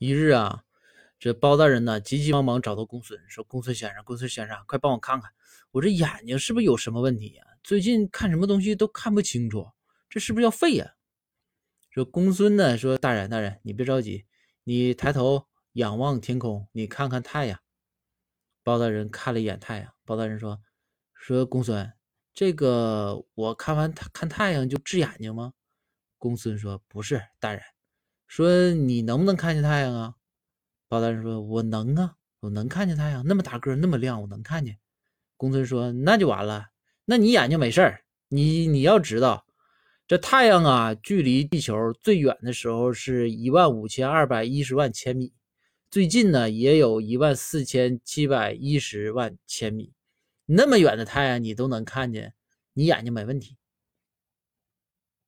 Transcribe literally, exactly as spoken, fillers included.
一日啊，这包大人呢急急忙忙找到公孙，说：“公孙先生，公孙先生，快帮我看看，我这眼睛是不是有什么问题呀、最近看什么东西都看不清楚，这是不是要废呀、说公孙呢说：“大人，大人，你别着急，你抬头仰望天空，你看看太阳。”包大人看了一眼太阳，包大人说：“说公孙，这个我看完看太阳就治眼睛吗？”公孙说：“不是，大人。”说你能不能看见太阳啊？包大人说：“我能啊，我能看见太阳，那么大个那么亮，我能看见。”公孙说：“那就完了，那你眼睛没事儿。你你要知道，这太阳啊，距离地球最远的时候是一万五千二百一十万千米，最近呢也有一万四千七百一十万千米。那么远的太阳你都能看见，你眼睛没问题。”